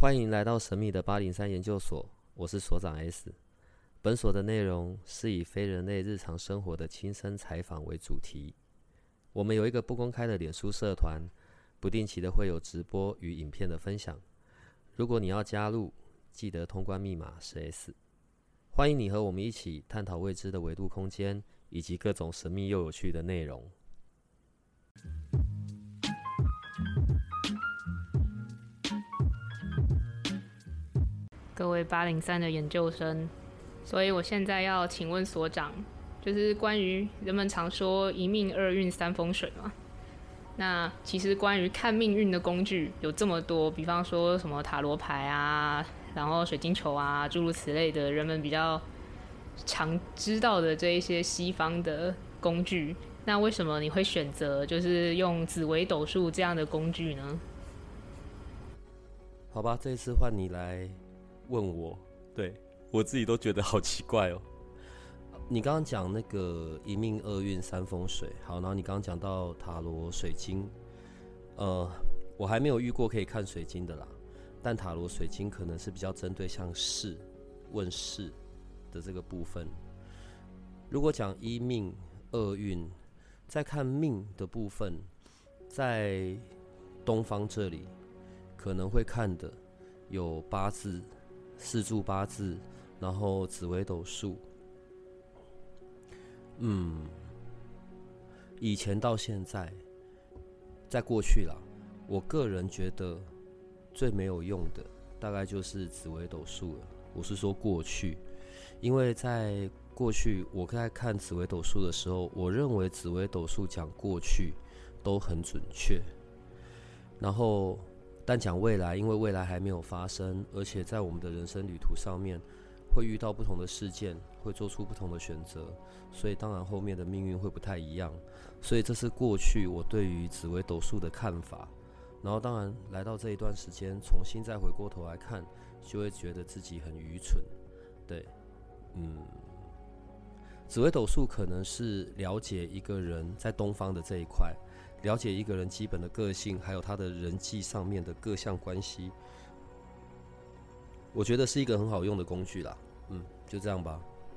欢迎来到神秘的803研究所，我是所长 S。本所的内容是以非人类日常生活的亲身采访为主题。我们有一个不公开的脸书社团，不定期的会有直播与影片的分享。如果你要加入，记得通关密码是 S。欢迎你和我们一起探讨未知的维度空间，以及各种神秘又有趣的内容。 各位803的研究生，所以我现在要请问所长，就是关于人们常说一命二运三风水嘛。那其实关于看命运的工具有这么多，比方说什么塔罗牌啊，然后水晶球啊，诸如此类的，人们比较常知道的这一些西方的工具。那为什么你会选择就是用紫微斗数这样的工具呢？ 好吧，这一次换你来问我，对我自己都觉得好奇怪哦。你刚刚讲那个一命二运三风水，好，然后你刚刚讲到塔罗水晶，我还没有遇过可以看水晶的啦，但塔罗水晶可能是比较针对像事问事的这个部分。如果讲一命二运，在看命的部分，在东方这里可能会看的有八字、四柱八字，然后紫微斗数。以前到现在，在过去啦，我个人觉得最没有用的大概就是紫微斗数了。我是说过去，因为在过去我在看紫微斗数的时候，我认为紫微斗数讲过去都很准确，然后但讲未来，因为未来还没有发生，而且在我们的人生旅途上面会遇到不同的事件，会做出不同的选择，所以当然后面的命运会不太一样。所以这是过去我对于紫微斗数的看法。然后当然来到这一段时间，重新再回过头来看，就会觉得自己很愚蠢。对，紫微斗数可能是了解一个人在东方的这一块，了解一个人基本的个性，还有他的人际上面的各项关系，我觉得是一个很好用的工具啦。就这样吧。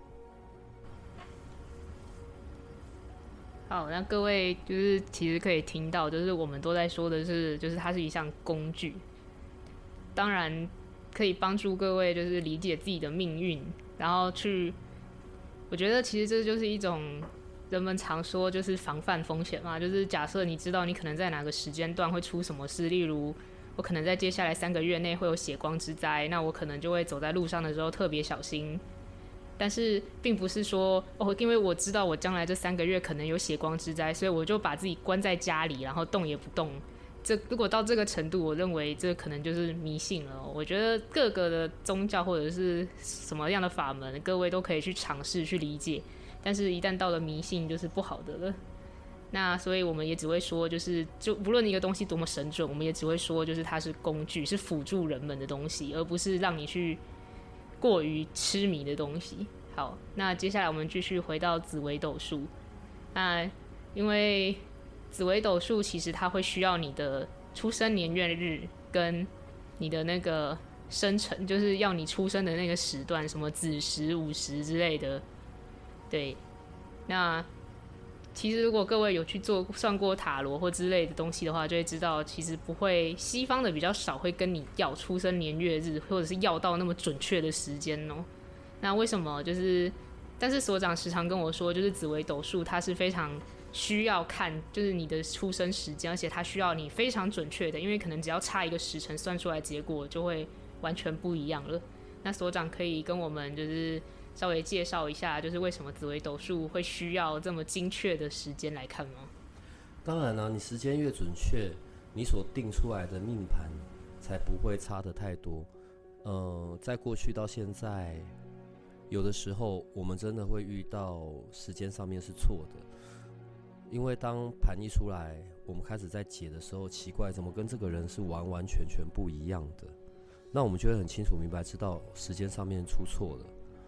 好，那各位就是其实可以听到，就是我们都在说的是，就是它是一项工具，当然可以帮助各位就是理解自己的命运，然后去，我觉得其实这就是一种人们常说就是防范风险嘛，就是假设你知道你可能在哪个时间段会出什么事，例如我可能在接下来3个月内会有血光之灾，那我可能就会走在路上的时候特别小心。但是并不是说因为我知道我将来这3个月可能有血光之灾，所以我就把自己关在家里，然后动也不动。如果到这个程度，我认为这可能就是迷信了。我觉得各个的宗教或者是什么样的法门，各位都可以去尝试去理解，但是一旦到了迷信，就是不好的了。那所以我们也只会说，就无论一个东西多么神准，我们也只会说，就是它是工具，是辅助人们的东西，而不是让你去过于痴迷的东西。好，那接下来我们继续回到紫微斗数。那因为紫微斗数其实它会需要你的出生年月日跟你的那个生辰，就是要你出生的那个时段，什么子时、午时之类的。对，那其实如果各位有去算过塔罗或之类的东西的话，就会知道其实不会，西方的比较少会跟你要出生年月日，或者是要到那么准确的时间哦。那为什么但是所长时常跟我说，就是紫微斗数它是非常需要看就是你的出生时间，而且它需要你非常准确的，因为可能只要差一个时辰算出来结果就会完全不一样了。那所长可以跟我们就是稍微介绍一下，就是为什么紫微斗数会需要这么精确的时间来看吗？ 当然啦，你时间越准确，你所定出来的命盘才不会差得太多。在过去到现在，有的时候我们真的会遇到时间上面是错的，因为当盘一出来，我们开始在解的时候，奇怪，怎么跟这个人是完完全全不一样的？那我们就会很清楚明白，知道时间上面出错了。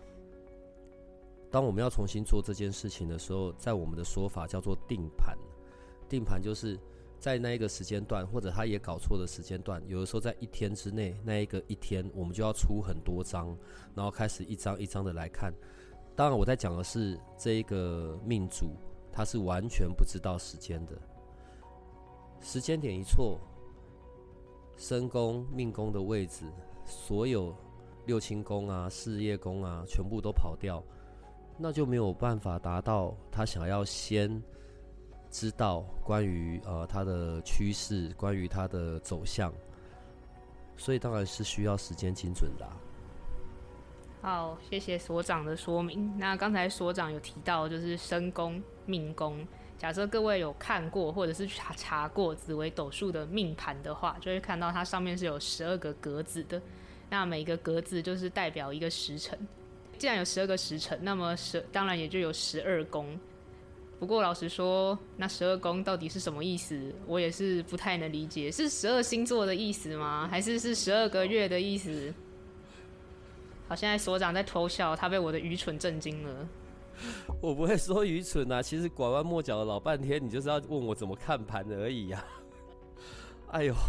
当我们要重新做这件事情的时候，在我们的说法叫做定盘。定盘就是在那一个时间段，或者他也搞错的时间段，有的时候在一天之内，那一个一天我们就要出很多张，然后开始一张一张的来看。当然我在讲的是这一个命主，他是完全不知道时间的，时间点一错，身宫命宫的位置，所有六亲宫啊、事业宫啊，全部都跑掉，那就没有办法达到他想要先知道关于他的趋势，关于他的走向，所以当然是需要时间精准的好，谢谢所长的说明。那刚才所长有提到，就是身宫、命宫。假设各位有看过或者是查过紫微斗数的命盘的话，就会看到它上面是有12个格子的。那每个格子就是代表一个时辰。既然有12个时辰，那么当然也就有12宫。不过老实说，那12宫到底是什么意思，我也是不太能理解。是12星座的意思吗？还是12个月的意思？好，现在所长在偷笑，他被我的愚蠢震惊了。 我不会说愚蠢啊，其实拐弯抹角了老半天，你就是要问我怎么看盘而已啊。哎呦，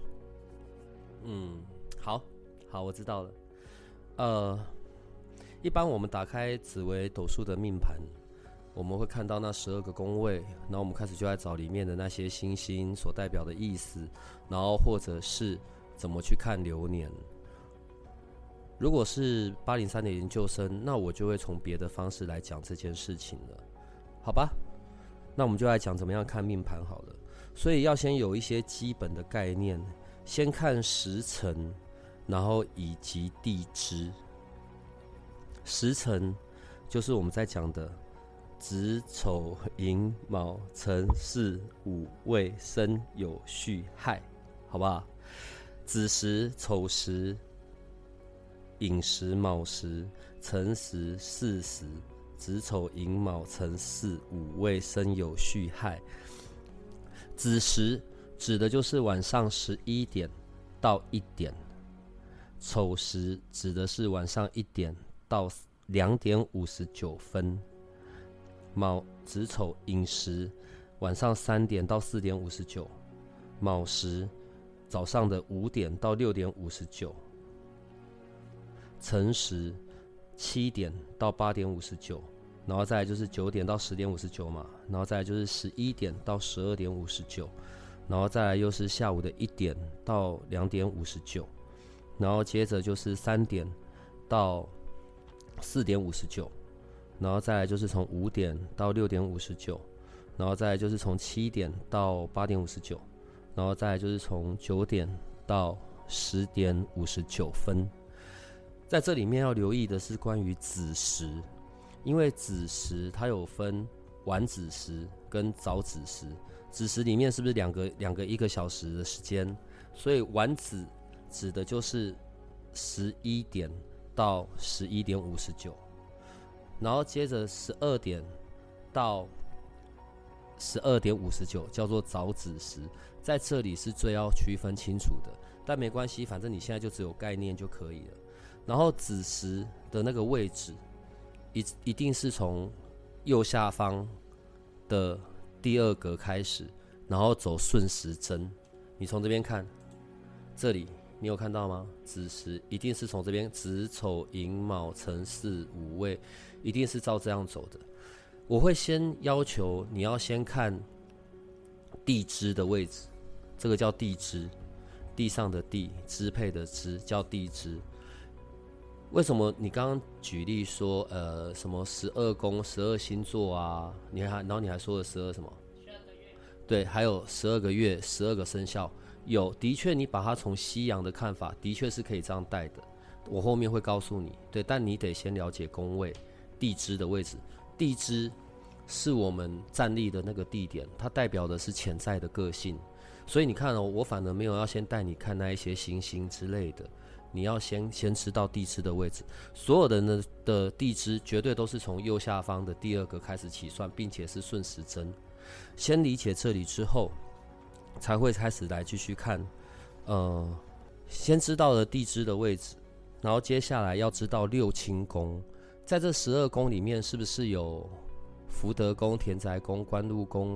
好，我知道了。一般我们打开紫微斗数的命盘，我们会看到那12个宫位，然后我们开始就在找里面的那些星星所代表的意思，然后或者是怎么去看流年。如果是803的研究生，那我就会从别的方式来讲这件事情了，好吧？那我们就来讲怎么样看命盘好了。所以要先有一些基本的概念，先看时辰，然后以及地支。时辰就是我们在讲的子丑寅卯辰巳午未申酉戌亥，好不好？子时、丑时、寅时、卯时、辰时、巳时、子丑寅卯辰巳午未申酉戌亥。子时指的就是晚上11点到1点，丑时指的是晚上1点到2点59分，子丑寅时晚上3点到4点59，卯时早上的5点到6点59，辰时7点到8点59，然后再来就是9点到10点59嘛，然后再来就是11点到12点59，然后再来又是下午的1点到2点59，然后接着就是3点到4点59，然后再来就是从5点到6点59，然后再来就是从7点到8点59，然后再来就是从9点到10点59分。在这里面要留意的是关于子时，因为子时它有分晚子时跟早子时，子时里面是不是两个1个小时的时间？所以晚子指的就是11点到11点59，然后接着12点到12点59叫做早子时，在这里是最要区分清楚的，但没关系，反正你现在就只有概念就可以了。然后子时的那个位置一定是从右下方的第2格开始，然后走顺时针。你从这边看，这里你有看到吗？子时一定是从这边子丑寅卯辰巳午未，一定是照这样走的。我会先要求你要先看地支的位置，这个叫地支，地上的地，支配的支，叫地支。为什么你刚刚举例说什么12宫12星座啊，然后你还说了12什么？12个月。对，还有12个月12个生肖。的确你把它从西洋的看法的确是可以这样带的，我后面会告诉你。对，但你得先了解宫位地支的位置。地支是我们站立的那个地点，它代表的是潜在的个性。所以你看我反而没有要先带你看那一些星星之类的，你要先知道地支的位置。所有人的地支绝对都是从右下方的第2个开始起算，并且是顺时针。先理解这里之后，才会开始来继续看。先知道了地支的位置，然后接下来要知道六亲宫。在这12宫里面，是不是有福德宫、田宅宫、官禄宫、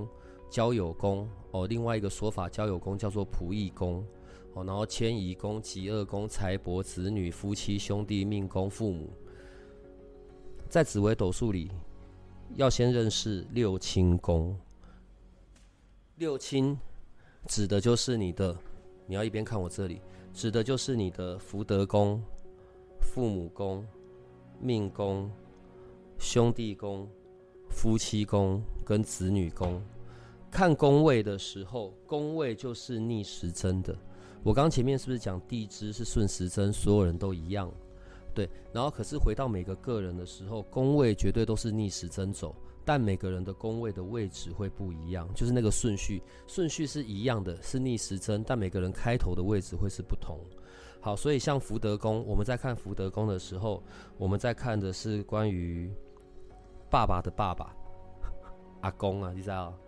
交友宫另外一个说法交友宫叫做仆役宫然后迁移宫、疾厄宫、财帛、子女、夫妻、兄弟、命宫、父母。在紫微斗数里，要先认识六亲宫。六亲指的就是你要一边看我这里，指的就是你的福德宫、父母宫、命宫、兄弟宫、夫妻宫跟子女宫。看宫位的时候，宫位就是逆时针的。我刚前面是不是讲地支是顺时针，所有人都一样？对，然后可是回到每个个人的时候，宫位绝对都是逆时针走，但每个人的宫位的位置会不一样，就是那个顺序是一样的，是逆时针，但每个人开头的位置会是不同。好，所以像福德宫，我们在看福德宫的时候，我们在看的是关于爸爸的爸爸，阿公啊，你知道？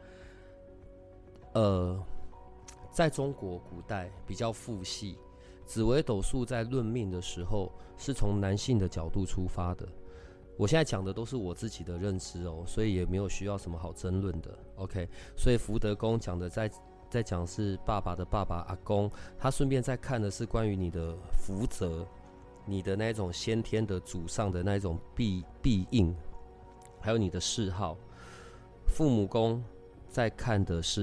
在中国古代比较父系，紫微斗数在论命的时候是从男性的角度出发的。我现在讲的都是我自己的认知所以也没有需要什么好争论的。OK， 所以福德宫讲的在讲是爸爸的爸爸阿公，他顺便在看的是关于你的福泽，你的那种先天的祖上的那种必应，还有你的嗜好。父母宫在看的是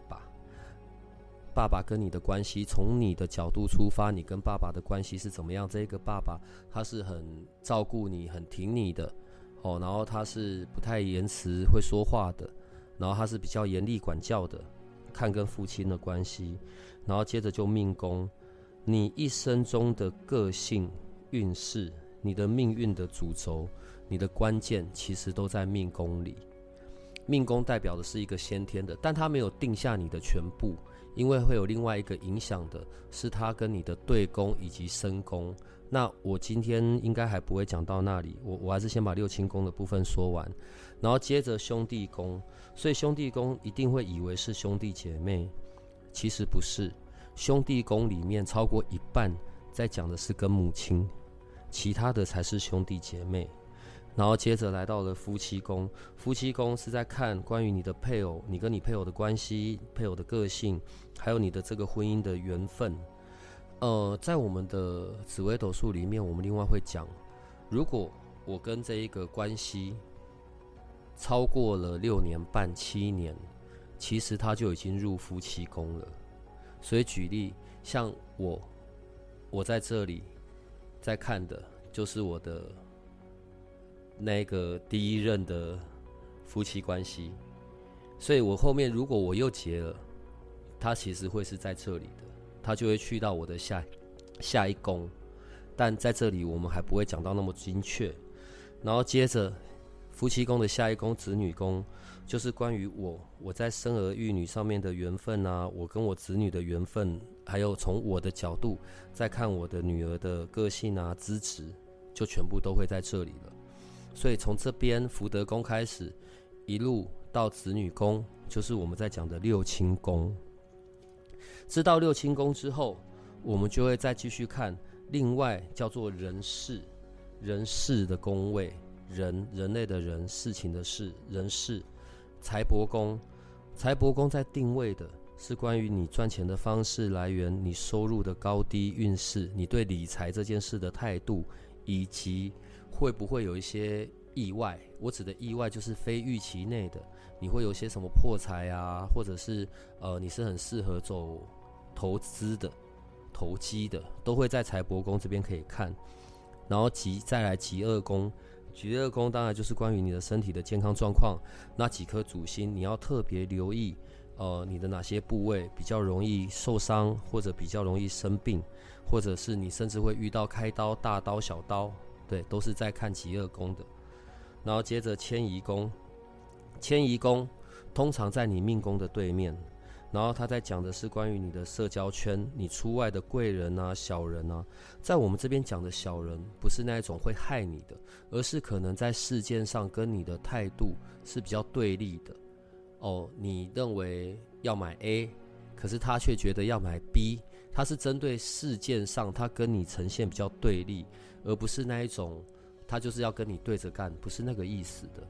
爸爸跟你的关系，从你的角度出发，你跟爸爸的关系是怎么样？这个爸爸他是很照顾你、很挺你的然后他是不太言辞、会说话的，然后他是比较严厉管教的，看跟父亲的关系，然后接着就命宫，你一生中的个性、运势、你的命运的主轴、你的关键，其实都在命宫里。命宫代表的是一个先天的，但它没有定下你的全部，因为会有另外一个影响的，是它跟你的对宫以及身宫。那我今天应该还不会讲到那里，我还是先把六亲宫的部分说完，然后接着兄弟宫。所以兄弟宫一定会以为是兄弟姐妹，其实不是。兄弟宫里面超过一半在讲的是跟母亲，其他的才是兄弟姐妹。然后接着来到了夫妻宫，夫妻宫是在看关于你的配偶，你跟你配偶的关系、配偶的个性，还有你的这个婚姻的缘分。在我们的紫微斗数里面，我们另外会讲，如果我跟这一个关系超过了6年半、7年，其实他就已经入夫妻宫了。所以举例，像我在这里在看的就是我的那个第一任的夫妻关系，所以我后面如果我又结了，他其实会是在这里的，他就会去到我的下一宫，但在这里我们还不会讲到那么精确。然后接着夫妻宫的下一宫子女宫，就是关于我在生儿育女上面的缘分啊，我跟我子女的缘分，还有从我的角度再看我的女儿的个性啊、资质，就全部都会在这里了。所以从这边福德宫开始，一路到子女宫，就是我们在讲的六亲宫。知道六亲宫之后，我们就会再继续看另外叫做人事的宫位，人类的人，事情的事，人事。财帛宫，财帛宫在定位的是关于你赚钱的方式来源，你收入的高低运势，你对理财这件事的态度，以及会不会有一些意外。我指的意外就是非预期内的，你会有些什么破财啊，或者是你是很适合走投资的、投机的，都会在财帛宫这边可以看。然后再来疾厄宫，疾厄宫当然就是关于你的身体的健康状况，那几颗主星你要特别留意，你的哪些部位比较容易受伤，或者比较容易生病，或者是你甚至会遇到开刀、大刀、小刀，对，都是在看疾厄宫的。然后接着迁移宫，迁移宫通常在你命宫的对面，然后他在讲的是关于你的社交圈，你出外的贵人啊、小人啊。在我们这边讲的小人，不是那一种会害你的，而是可能在事件上跟你的态度是比较对立的。你认为要买 A， 可是他却觉得要买 B， 他是针对事件上他跟你呈现比较对立，而不是那一种他就是要跟你对着干，不是那个意思的。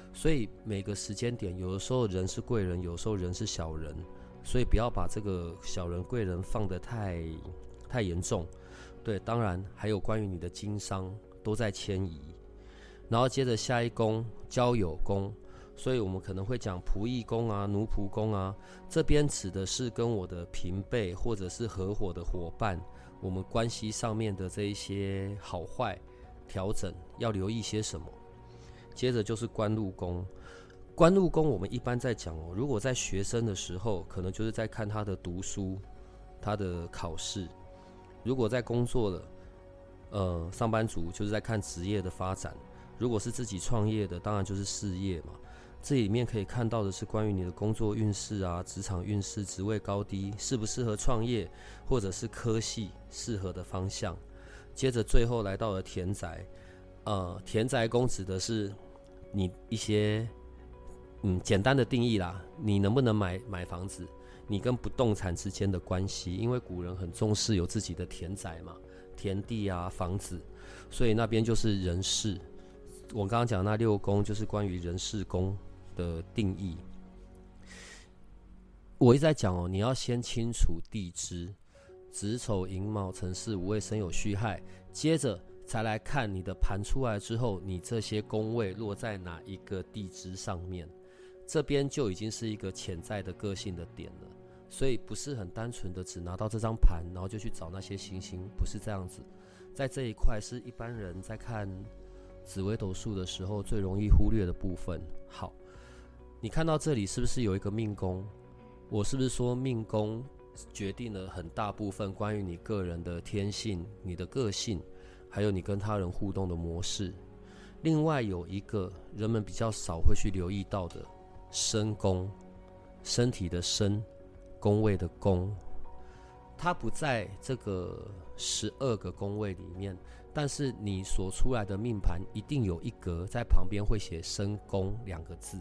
所以每个时间点，有的时候人是贵人，有的时候人是小人，所以不要把这个小人贵人放得太严重。对，当然还有关于你的经商都在迁移，然后接着下一宫交友宫，所以我们可能会讲仆役宫啊、奴仆宫啊，这边指的是跟我的平辈或者是合伙的伙伴，我们关系上面的这一些好坏调整要留意些什么。接着就是官禄宫，官禄宫我们一般在讲如果在学生的时候，可能就是在看他的读书、他的考试；如果在工作了，上班族就是在看职业的发展；如果是自己创业的，当然就是事业嘛。这里面可以看到的是关于你的工作运势啊、职场运势、职位高低，适不适合创业，或者是科系适合的方向。接着最后来到了田宅，田宅宫指的是你一些简单的定义啦，你能不能买房子，你跟不动产之间的关系，因为古人很重视有自己的田宅嘛，田地啊、房子，所以那边就是人事。我刚刚讲那6宫就是关于人事宫的定义。我一直在讲你要先清楚地支，子丑寅卯辰巳午未申酉戌亥，接着才来看你的盘出来之后，你这些宫位落在哪一个地支上面，这边就已经是一个潜在的个性的点了。所以不是很单纯的只拿到这张盘，然后就去找那些星星，不是这样子。在这一块是一般人在看紫微斗数的时候最容易忽略的部分。好，你看到这里是不是有一个命宫？我是不是说命宫决定了很大部分关于你个人的天性、你的个性，还有你跟他人互动的模式？另外有一个人们比较少会去留意到的身宫，身体的身，宫位的宫，它不在这个12个宫位里面，但是你所出来的命盘一定有一格在旁边会写身宫2个字。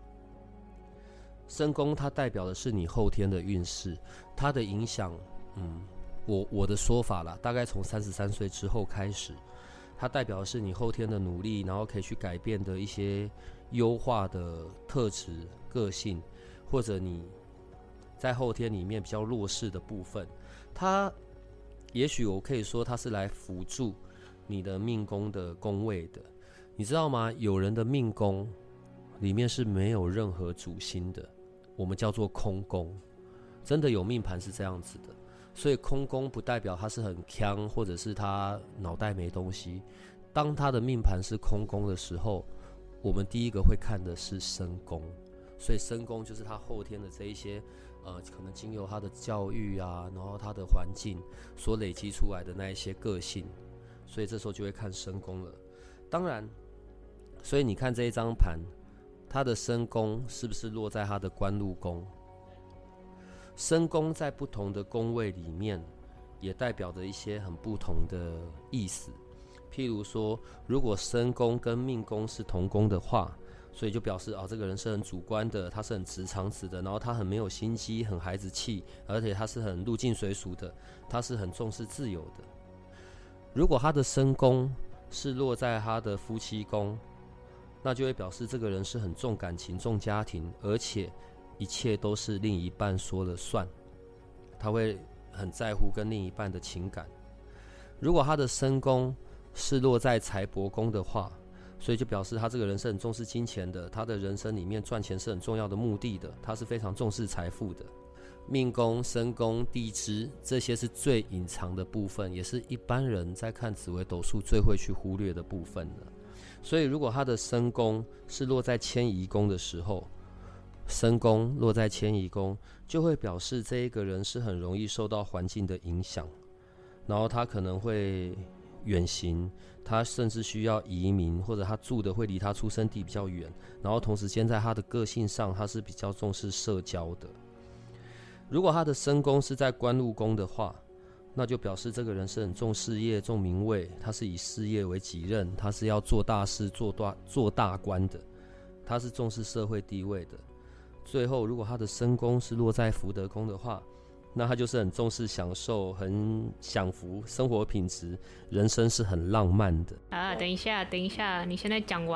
身宫它代表的是你后天的运势，它的影响，我的说法啦，大概从33岁之后开始，它代表的是你后天的努力，然后可以去改变的一些优化的特质、个性，或者你在后天里面比较弱势的部分，它也许我可以说它是来辅助你的命宫的宫位的。你知道吗？有人的命宫里面是没有任何主星的，我们叫做空宫。真的有命盘是这样子的，所以空宫不代表他是很强，或者是他脑袋没东西。当他的命盘是空宫的时候，我们第一个会看的是身宫。所以身宫就是他后天的这一些可能经由他的教育啊，然后他的环境所累积出来的那一些个性，所以这时候就会看身宫了。当然，所以你看这一张盘，他的身宫是不是落在他的官禄宫？身宫在不同的宫位里面，也代表着一些很不同的意思。譬如说，如果身宫跟命宫是同宫的话，所以就表示这个人是很主观的，他是很直肠子的，然后他很没有心机，很孩子气，而且他是很入境随俗的，他是很重视自由的。如果他的身宫是落在他的夫妻宫，那就会表示这个人是很重感情、重家庭，而且一切都是另一半说了算，他会很在乎跟另一半的情感。如果他的身宫是落在财帛宫的话，所以就表示他这个人是很重视金钱的，他的人生里面赚钱是很重要的目的的，他是非常重视财富的。命宫、身宫、地支，这些是最隐藏的部分，也是一般人在看紫微斗数最会去忽略的部分了。所以如果他的身宫是落在迁移宫的时候，身宫落在迁移宫，就会表示这一个人是很容易受到环境的影响，然后他可能会远行，他甚至需要移民，或者他住的会离他出生地比较远，然后同时间在他的个性上，他是比较重视社交的。如果他的身宫是在官禄宫的话，那就表示这个人是很重事业、重名位，他是以事业为己任，他是要做大事、做大官的，他是重视社会地位的。最后，如果他的身宫是落在福德宫的话，那他就是很重视享受、很享福生活品质，人生是很浪漫的。 等一下，你现在讲完，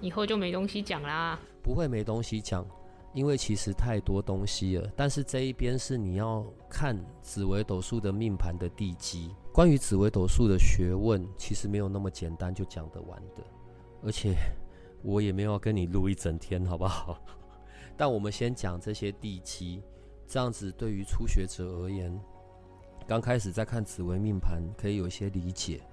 以后就没东西讲啦。 不会没东西讲，因为其实太多东西了。但是这一边是你要看紫微斗数的命盘的地基。关于紫微斗数的学问，其实没有那么简单就讲得完的，而且我也没有要跟你录一整天，好不好？但我们先讲这些地基，这样子对于初学者而言，刚开始在看紫微命盘可以有一些理解。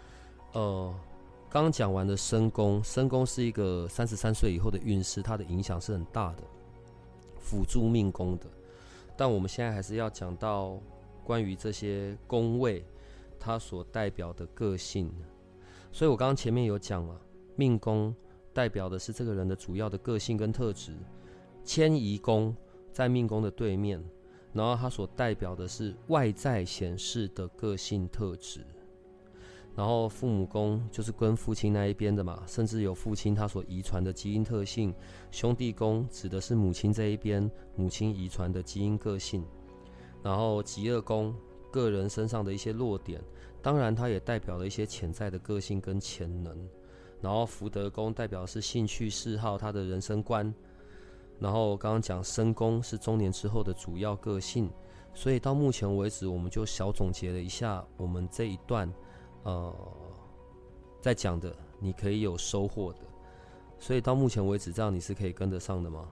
刚刚讲完的申宫，申宫是一个33岁以后的运势，它的影响是很大的，辅助命宫的。但我们现在还是要讲到关于这些宫位它所代表的个性。所以我刚刚前面有讲了，命宫代表的是这个人的主要的个性跟特质，迁移宫在命宫的对面，然后它所代表的是外在显示的个性特质。然后父母宫就是跟父亲那一边的嘛，甚至有父亲他所遗传的基因特性。兄弟宫指的是母亲这一边，母亲遗传的基因个性。然后疾厄宫个人身上的一些弱点，当然它也代表了一些潜在的个性跟潜能。然后福德宫代表的是兴趣嗜好，他的人生观。然后刚刚讲申宫是中年之后的主要个性。所以到目前为止，我们就小总结了一下我们这一段在讲的，你可以有收获的。所以到目前为止，这样你是可以跟得上的吗？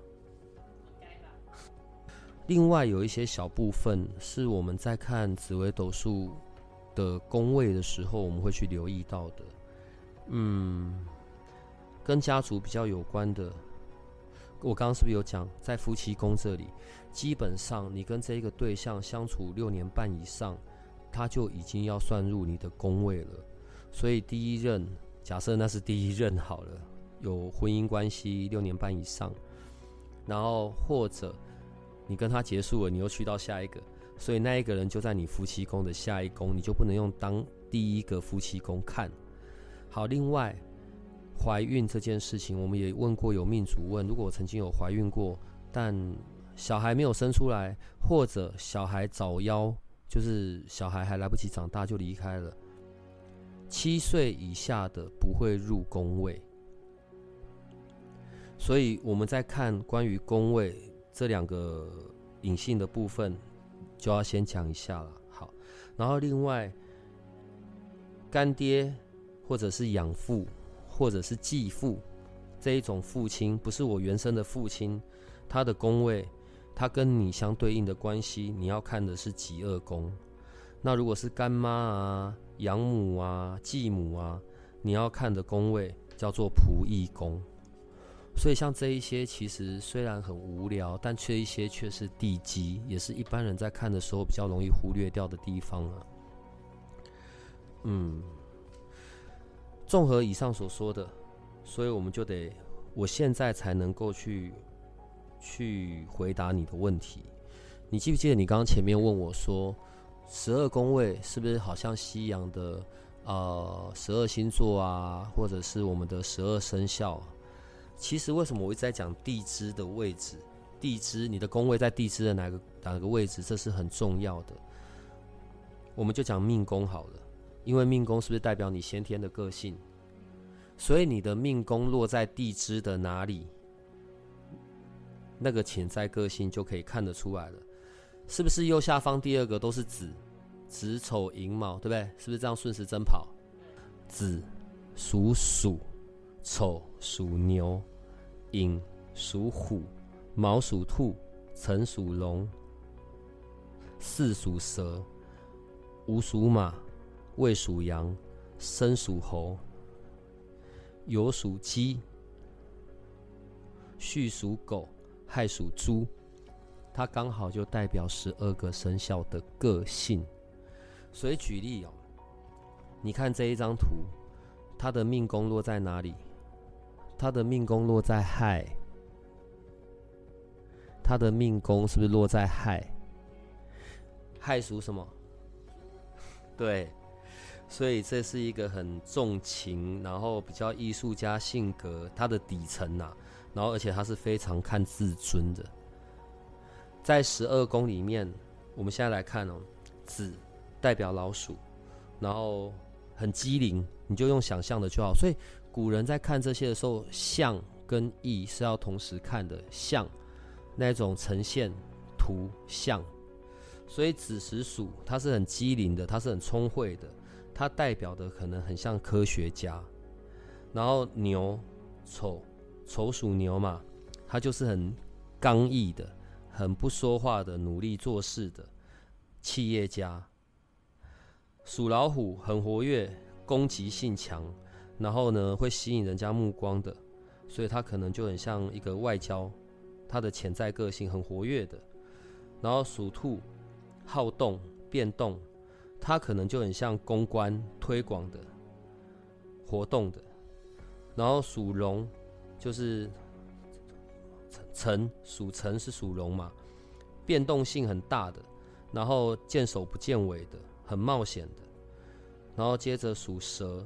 另外有一些小部分是我们在看紫微斗数的宫位的时候，我们会去留意到的。跟家族比较有关的，我刚刚是不是有讲，在夫妻宫这里，基本上你跟这一个对象相处6年半以上，他就已经要算入你的宫位了。所以第一任，假设那是第一任好了，有婚姻关系6年半以上，然后或者你跟他结束了，你又去到下一个，所以那一个人就在你夫妻宫的下一宫，你就不能用当第一个夫妻宫看。好，另外怀孕这件事情，我们也问过有命主问，如果我曾经有怀孕过，但小孩没有生出来，或者小孩早夭，就是小孩还来不及长大就离开了，7岁以下的不会入宫位。所以我们在看关于宫位这2个隐性的部分，就要先讲一下了。好，然后另外干爹或者是养父或者是继父这一种父亲，不是我原生的父亲，他的宫位，他跟你相对应的关系，你要看的是疾厄宫。那如果是干妈啊、养母啊、继母啊，你要看的宫位叫做仆役宫。所以像这一些其实虽然很无聊，但这一些却是地基，也是一般人在看的时候比较容易忽略掉的地方啊。综合以上所说的，所以我们就得，我现在才能够去回答你的问题。你记不记得你刚刚前面问我说，12宫位是不是好像西洋的12星座啊，或者是我们的12生肖？其实为什么我一直在讲地支的位置？地支，你的宫位在地支的哪个位置，这是很重要的。我们就讲命宫好了，因为命宫是不是代表你先天的个性？所以你的命宫落在地支的哪里，那个潜在个性就可以看得出来了。是不是右下方第2个都是子丑寅卯，对不对？是不是这样顺时针跑？子属鼠，丑属牛，寅属虎，卯属兔，辰属龙，巳属蛇，午属马，未属羊，申属猴，酉属鸡，戌属狗，亥属猪。它刚好就代表12个生肖的个性。所以举例你看这一张图，它的命宫落在哪里？它的命宫落在亥，它的命宫是不是落在亥？亥属什么？对，所以这是一个很重情，然后比较艺术家性格，它的底层然后而且它是非常看自尊的。在12宫里面，我们现在来看子代表老鼠，然后很机灵，你就用想象的就好。所以古人在看这些的时候，象跟意是要同时看的，象那种呈现图像，所以子时鼠它是很机灵的，它是很聪慧的，它代表的可能很像科学家。然后牛丑属牛嘛，它就是很刚毅的，很不说话的，努力做事的企业家。属老虎很活跃，攻击性强，然后呢会吸引人家目光的，所以他可能就很像一个外交，他的潜在个性很活跃的。然后属兔好动变动，他可能就很像公关推广的活动的。然后属龙就是属辰是属龙嘛，变动性很大的，然后见首不见尾的，很冒险的。然后接着属蛇，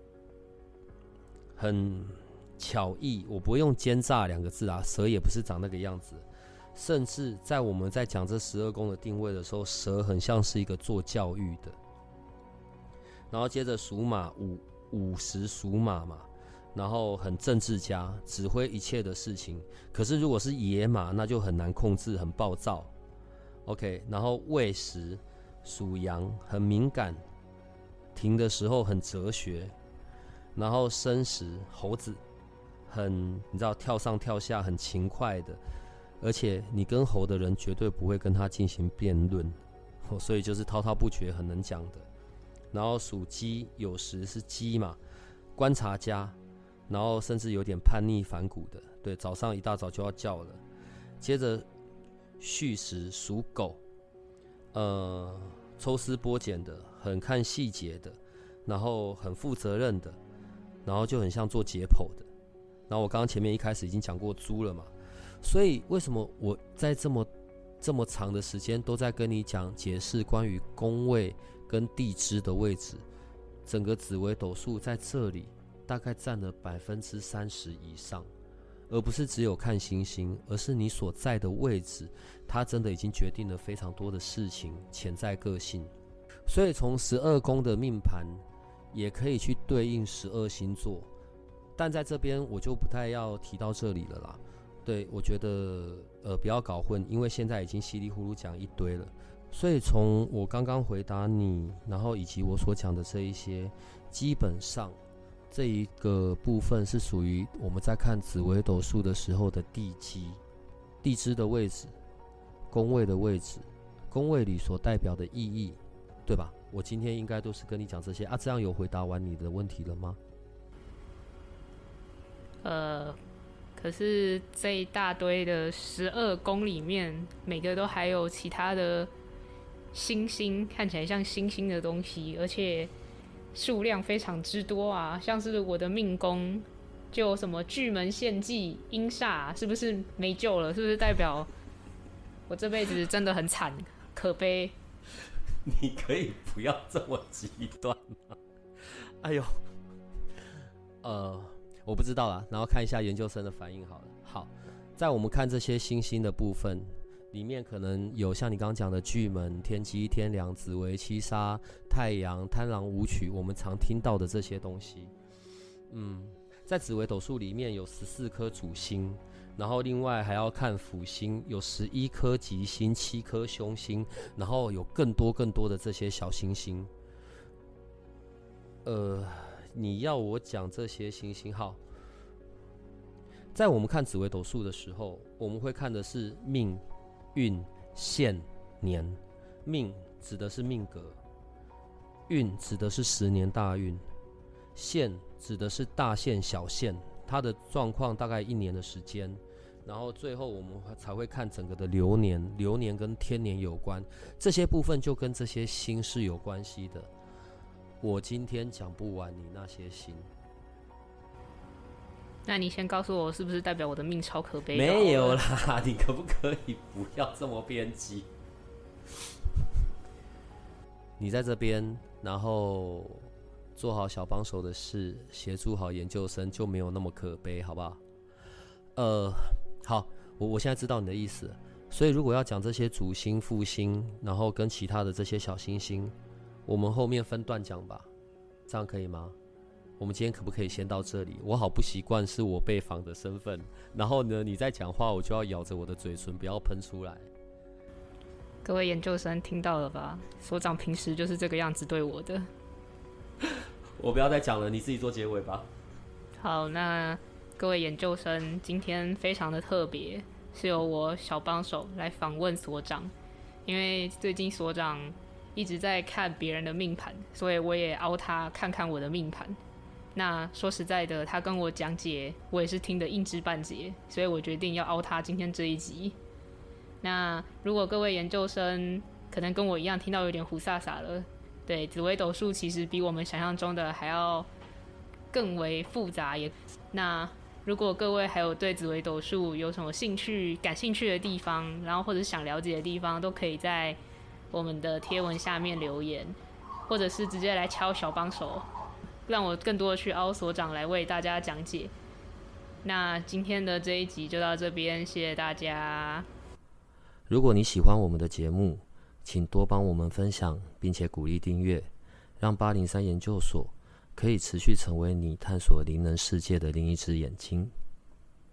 很巧艺，我不会用奸诈2个字啊，蛇也不是长那个样子。甚至在我们在讲这12宫的定位的时候，蛇很像是一个做教育的。然后接着属马，午时属马嘛，然后很政治家，指挥一切的事情。可是如果是野马，那就很难控制，很暴躁。OK， 然后未时属羊，很敏感，停的时候很哲学。然后申时猴子，你知道跳上跳下，很勤快的，而且你跟猴的人绝对不会跟他进行辩论，所以就是滔滔不绝，很能讲的。然后属鸡，有时是鸡嘛，观察家，然后甚至有点叛逆反骨的，对，早上一大早就要叫了。接着戌时属狗，抽丝剥茧的，很看细节的，然后很负责任的，然后就很像做解剖的。然后我刚刚前面一开始已经讲过猪了嘛，所以为什么我在这么长的时间都在跟你讲解释关于宫位跟地支的位置？整个紫微斗数在这里大概占了30%以上，而不是只有看星星，而是你所在的位置，它真的已经决定了非常多的事情，潜在个性。所以从12宫的命盘也可以去对应12星座，但在这边我就不太要提到这里了啦。对，我觉得不要搞混，因为现在已经稀里糊涂讲一堆了。所以从我刚刚回答你，然后以及我所讲的这一些，基本上这一个部分是属于我们在看紫微斗数的时候的地基、地支的位置、宫位的位置、宫位里所代表的意义，对吧？我今天应该都是跟你讲这些啊，这样有回答完你的问题了吗？ 可是这一大堆的12宫里面，每个都还有其他的星星，看起来像星星的东西，而且数量非常之多啊！像是我的命宫就有什么巨门献祭、阴煞，是不是没救了？是不是代表我这辈子真的很惨，可悲？ 你可以不要这么极端吗？哎呦，我不知道啦，然后看一下研究生的反应好了。好，在我们看这些星星的部分里面，可能有像你刚刚讲的巨门、天机、天梁、紫微、七杀、太阳、贪狼、武曲，我们常听到的这些东西。在紫微斗数里面有14颗主星，然后另外还要看辅星，有11颗吉星、7颗凶星，然后有更多的这些小星星。你要我讲这些星星，好，在我们看紫微斗数的时候，我们会看的是命、运、限、年。命指的是命格，运指的是10年大运，限指的是大限、小限，它的状况大概1年的时间。然后最后我们才会看整个的流年，流年跟天年有关，这些部分就跟这些星是有关系的。我今天讲不完你那些星， 那你先告诉我，是不是代表我的命超可悲？ 没有啦，你可不可以不要这么偏激？你在这边，然后做好小帮手的事，协助好研究生，就没有那么可悲，好不好？好，我现在知道你的意思。所以如果要讲这些主星、副星，然后跟其他的这些小星星，我们后面分段讲吧，这样可以吗？ 我们今天可不可以先到这里？我好不习惯是我被访的身份，然后呢，你在讲话，我就要咬着我的嘴唇，不要喷出来。 各位研究生听到了吧？所长平时就是这个样子对我的。 我不要再讲了，你自己做结尾吧。 好，那各位研究生，今天非常的特别，是由我小帮手来访问所长，因为最近所长一直在看别人的命盘，所以我也凹他看看我的命盘。那说实在的，他跟我讲解，我也是听得一知半解，所以我决定要凹他今天这一集。那如果各位研究生可能跟我一样听到有点胡撒撒了，对，紫微斗数其实比我们想象中的还要更为复杂。那如果各位还有对紫微斗数有什么感兴趣的地方，然后或者想了解的地方，都可以在我们的贴文下面留言，或者是直接来敲小帮手，让我更多的去凹所长来为大家讲解。那今天的这一集就到这边，谢谢大家。 如果你喜欢我们的节目，请多帮我们分享，并且鼓励订阅，让803研究所可以持续成为你探索灵能世界的另一只眼睛。